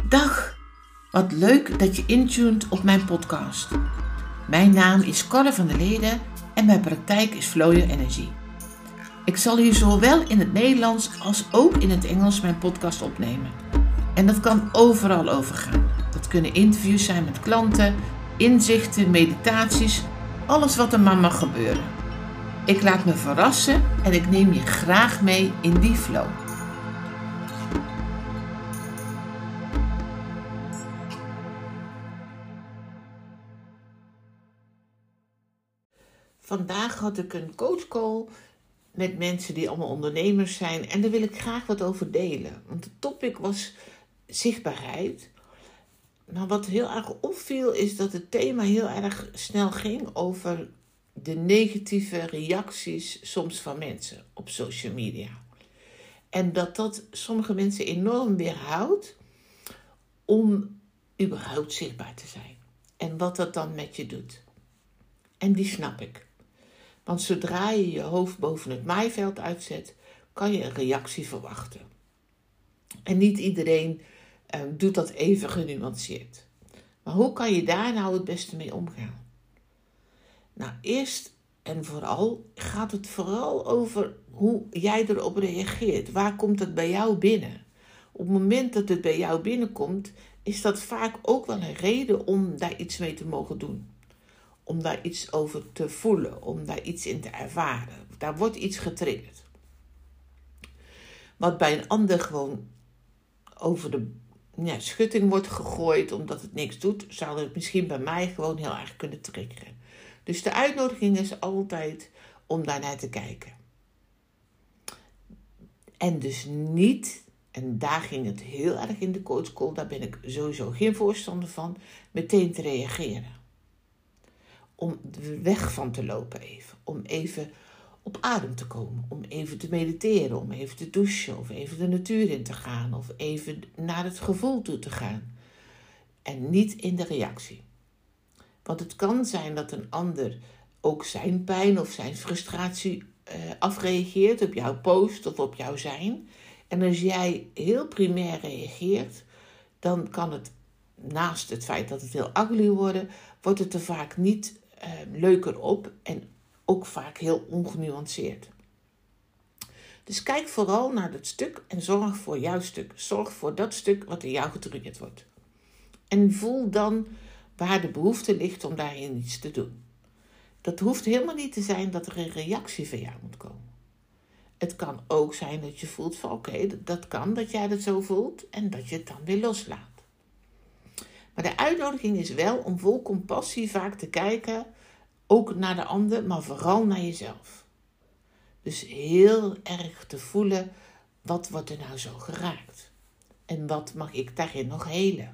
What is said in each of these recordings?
Dag, wat leuk dat je intuned op mijn podcast. Mijn naam is Corre van der Leden en mijn praktijk is Flow Your Energy. Ik zal hier zowel in het Nederlands als ook in het Engels mijn podcast opnemen. En dat kan overal over gaan. Dat kunnen interviews zijn met klanten, inzichten, meditaties, alles wat er maar mag gebeuren. Ik laat me verrassen en ik neem je graag mee in die flow. Vandaag had ik een coachcall met mensen die allemaal ondernemers zijn. En daar wil ik graag wat over delen. Want het topic was zichtbaarheid. Maar wat heel erg opviel is dat het thema heel erg snel ging over de negatieve reacties soms van mensen op social media. En dat sommige mensen enorm weerhoudt om überhaupt zichtbaar te zijn. En wat dat dan met je doet. En die snap ik. Want zodra je je hoofd boven het maaiveld uitzet, kan je een reactie verwachten. En niet iedereen doet dat even genuanceerd. Maar hoe kan je daar nou het beste mee omgaan? Nou, eerst en vooral gaat het vooral over hoe jij erop reageert. Waar komt het bij jou binnen? Op het moment dat het bij jou binnenkomt, is dat vaak ook wel een reden om daar iets mee te mogen doen. Om daar iets over te voelen, om daar iets in te ervaren. Daar wordt iets getriggerd. Wat bij een ander gewoon over de schutting wordt gegooid omdat het niks doet, zou het misschien bij mij gewoon heel erg kunnen triggeren. Dus de uitnodiging is altijd om daar naar te kijken. En dus niet, en daar ging het heel erg in de coachcall, daar ben ik sowieso geen voorstander van, meteen te reageren. Om er weg van te lopen even. Om even op adem te komen. Om even te mediteren. Om even te douchen. Of even de natuur in te gaan. Of even naar het gevoel toe te gaan. En niet in de reactie. Want het kan zijn dat een ander ook zijn pijn of zijn frustratie afreageert op jouw post of op jouw zijn. En als jij heel primair reageert, dan kan het, naast het feit dat het heel ugly wordt het er vaak niet leuker op en ook vaak heel ongenuanceerd. Dus kijk vooral naar dat stuk en zorg voor jouw stuk. Zorg voor dat stuk wat in jou getriggerd wordt. En voel dan waar de behoefte ligt om daarin iets te doen. Dat hoeft helemaal niet te zijn dat er een reactie van jou moet komen. Het kan ook zijn dat je voelt van oké, dat kan dat jij dat zo voelt en dat je het dan weer loslaat. Maar de uitnodiging is wel om vol compassie vaak te kijken, ook naar de ander, maar vooral naar jezelf. Dus heel erg te voelen, wat wordt er nou zo geraakt? En wat mag ik daarin nog helen?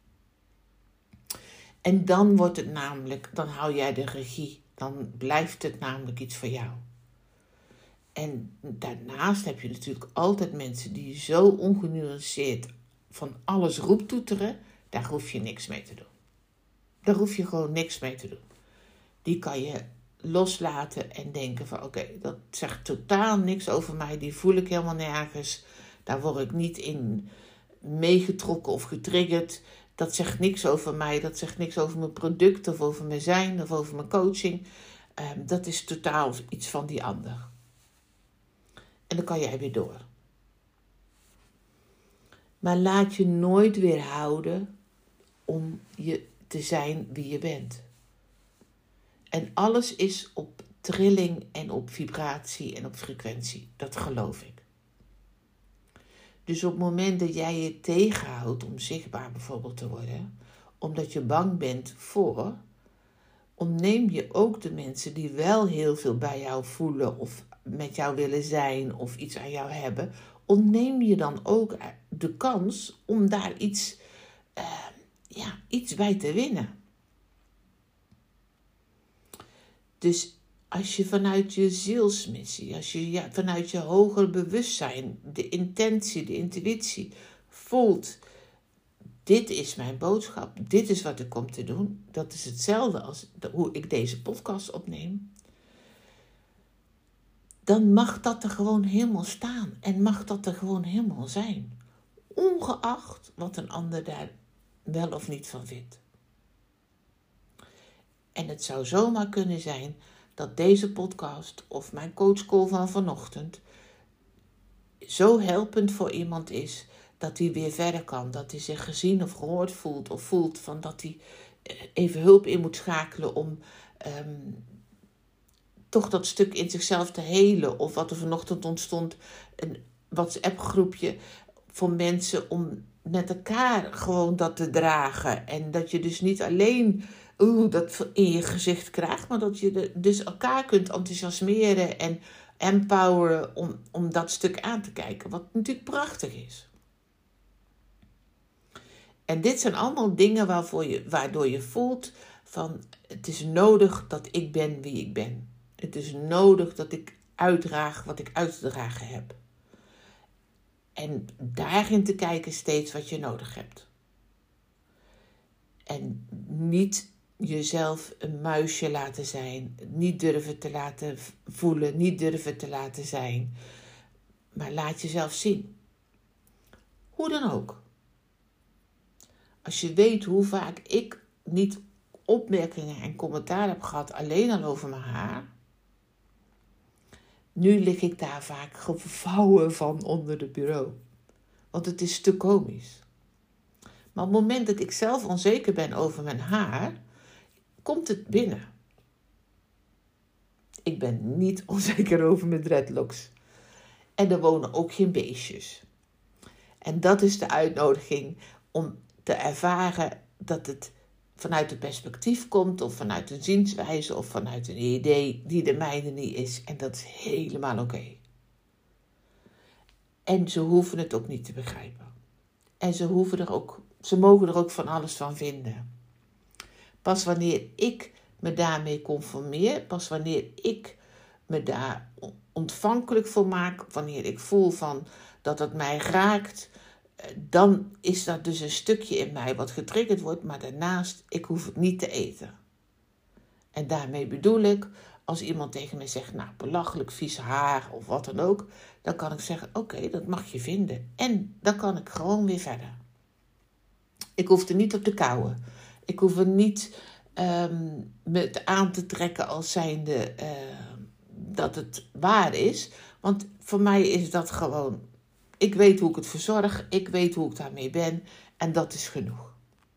En dan wordt het namelijk, dan hou jij de regie, dan blijft het namelijk iets voor jou. En daarnaast heb je natuurlijk altijd mensen die zo ongenuanceerd van alles roeptoeteren. Daar hoef je niks mee te doen. Daar hoef je gewoon niks mee te doen. Die kan je loslaten en denken van oké, dat zegt totaal niks over mij. Die voel ik helemaal nergens. Daar word ik niet in meegetrokken of getriggerd. Dat zegt niks over mij. Dat zegt niks over mijn product of over mijn zijn of over mijn coaching. Dat is totaal iets van die ander. En dan kan jij weer door. Maar laat je nooit weerhouden om je te zijn wie je bent. En alles is op trilling en op vibratie en op frequentie. Dat geloof ik. Dus op het moment dat jij je tegenhoudt om zichtbaar bijvoorbeeld te worden, omdat je bang bent voor, ontneem je ook de mensen die wel heel veel bij jou voelen of met jou willen zijn of iets aan jou hebben, ontneem je dan ook de kans om daar iets bij te winnen. Dus als je vanuit je zielsmissie, als je vanuit je hoger bewustzijn, de intentie, de intuïtie voelt, dit is mijn boodschap, dit is wat ik kom te doen. Dat is hetzelfde als hoe ik deze podcast opneem. Dan mag dat er gewoon helemaal staan en mag dat er gewoon helemaal zijn. ongeacht wat een ander daar wel of niet van vindt. En het zou zomaar kunnen zijn dat deze podcast of mijn coachcall van vanochtend zo helpend voor iemand is dat hij weer verder kan. Dat hij zich gezien of gehoord voelt of voelt van dat hij even hulp in moet schakelen om toch dat stuk in zichzelf te helen. Of wat er vanochtend ontstond, een WhatsApp groepje voor mensen om met elkaar gewoon dat te dragen. En dat je dus niet alleen dat in je gezicht krijgt, maar dat je dus elkaar kunt enthousiasmeren en empoweren om dat stuk aan te kijken. Wat natuurlijk prachtig is. En dit zijn allemaal dingen waardoor je voelt van het is nodig dat ik ben wie ik ben. Het is nodig dat ik uitdraag wat ik uit te dragen heb. En daarin te kijken steeds wat je nodig hebt. En niet jezelf een muisje laten zijn. Niet durven te laten voelen. Niet durven te laten zijn. Maar laat jezelf zien. Hoe dan ook. Als je weet hoe vaak ik niet opmerkingen en commentaar heb gehad alleen al over mijn haar. Nu lig ik daar vaak gevouwen van onder het bureau. Want het is te komisch. Maar op het moment dat ik zelf onzeker ben over mijn haar, komt het binnen. Ik ben niet onzeker over mijn dreadlocks. En er wonen ook geen beestjes. En dat is de uitnodiging om te ervaren dat het vanuit een perspectief komt, of vanuit een zienswijze, of vanuit een idee die de mijne niet is. En dat is helemaal oké. En ze hoeven het ook niet te begrijpen. En ze mogen er ook van alles van vinden. Pas wanneer ik me daarmee conformeer, pas wanneer ik me daar ontvankelijk voor maak, wanneer ik voel van dat het mij raakt, dan is dat dus een stukje in mij wat getriggerd wordt, maar daarnaast, ik hoef het niet te eten. En daarmee bedoel ik, als iemand tegen mij zegt, nou, belachelijk vies haar of wat dan ook, dan kan ik zeggen, oké, dat mag je vinden. En dan kan ik gewoon weer verder. Ik hoef er niet op te kauwen. Ik hoef er niet me aan te trekken als zijnde dat het waar is. Want voor mij is dat gewoon, ik weet hoe ik het verzorg, ik weet hoe ik daarmee ben en dat is genoeg.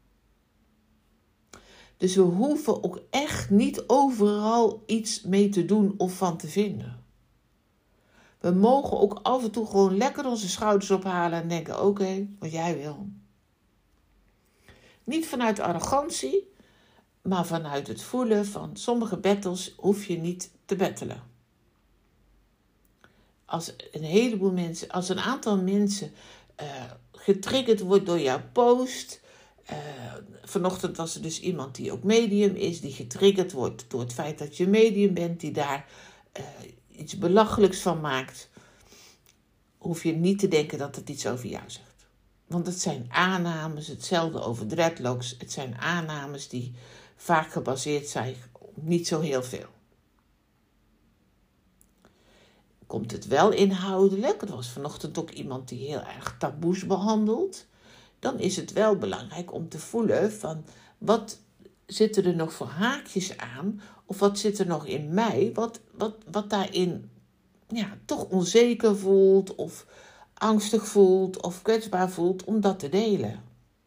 Dus we hoeven ook echt niet overal iets mee te doen of van te vinden. We mogen ook af en toe gewoon lekker onze schouders ophalen en denken, oké, wat jij wil. Niet vanuit arrogantie, maar vanuit het voelen van sommige battles hoef je niet te battelen. Als een aantal mensen getriggerd wordt door jouw post. Vanochtend was er dus iemand die ook medium is, die getriggerd wordt door het feit dat je medium bent, die daar iets belachelijks van maakt. Hoef je niet te denken dat het iets over jou zegt. Want het zijn aannames, hetzelfde over dreadlocks. Het zijn aannames die vaak gebaseerd zijn op niet zo heel veel. Komt het wel inhoudelijk, er was vanochtend ook iemand die heel erg taboes behandelt, dan is het wel belangrijk om te voelen van wat zitten er nog voor haakjes aan, of wat zit er nog in mij, wat daarin toch onzeker voelt, of angstig voelt, of kwetsbaar voelt, om dat te delen.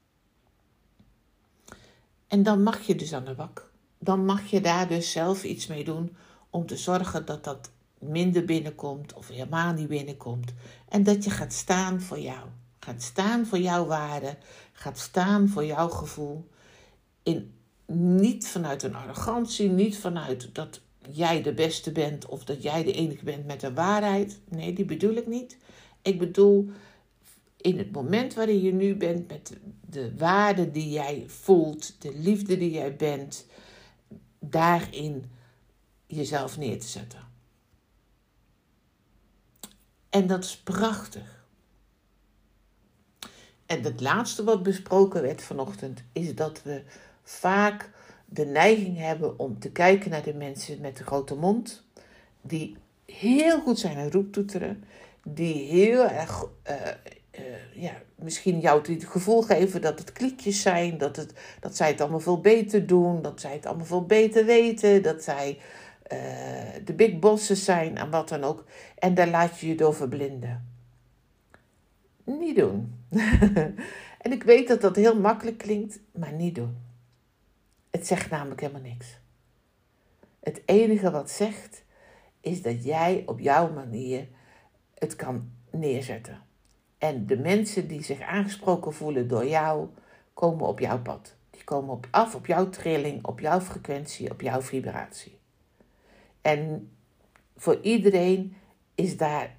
En dan mag je dus aan de bak. Dan mag je daar dus zelf iets mee doen om te zorgen dat dat minder binnenkomt of helemaal niet binnenkomt. En dat je gaat staan voor jou. Gaat staan voor jouw waarde. Gaat staan voor jouw gevoel. Niet vanuit een arrogantie. Niet vanuit dat jij de beste bent of dat jij de enige bent met de waarheid. Nee, die bedoel ik niet. Ik bedoel in het moment waarin je nu bent met de waarde die jij voelt. De liefde die jij bent. Daarin jezelf neer te zetten. En dat is prachtig. En het laatste wat besproken werd vanochtend is dat we vaak de neiging hebben om te kijken naar de mensen met de grote mond, die heel goed zijn in roeptoeteren, die heel erg misschien jou het gevoel geven dat het kliekjes zijn, dat zij het allemaal veel beter doen, dat zij het allemaal veel beter weten, dat zij de big bosses zijn en wat dan ook. En daar laat je je door verblinden. Niet doen. En ik weet dat dat heel makkelijk klinkt, maar niet doen. Het zegt namelijk helemaal niks. Het enige wat zegt, is dat jij op jouw manier het kan neerzetten. En de mensen die zich aangesproken voelen door jou, komen op jouw pad. Die komen af op jouw trilling, op jouw frequentie, op jouw vibratie. En voor iedereen is daar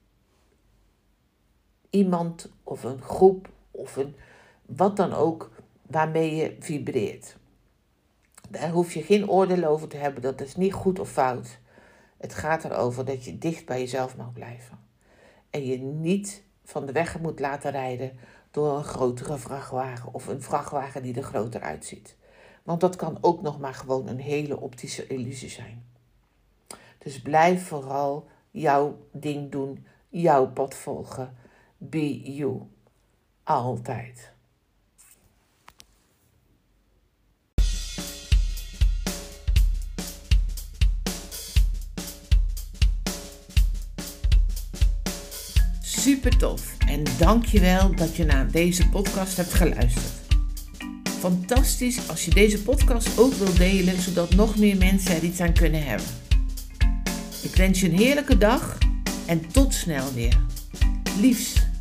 iemand of een groep of wat dan ook waarmee je vibreert. Daar hoef je geen oordeel over te hebben, dat is niet goed of fout. Het gaat erover dat je dicht bij jezelf mag blijven. En je niet van de weg moet laten rijden door een grotere vrachtwagen of een vrachtwagen die er groter uitziet. Want dat kan ook nog maar gewoon een hele optische illusie zijn. Dus blijf vooral jouw ding doen, jouw pad volgen. Be you. Altijd. Super tof en dankjewel dat je naar deze podcast hebt geluisterd. Fantastisch als je deze podcast ook wilt delen, zodat nog meer mensen er iets aan kunnen hebben. Ik wens je een heerlijke dag en tot snel weer. Liefs.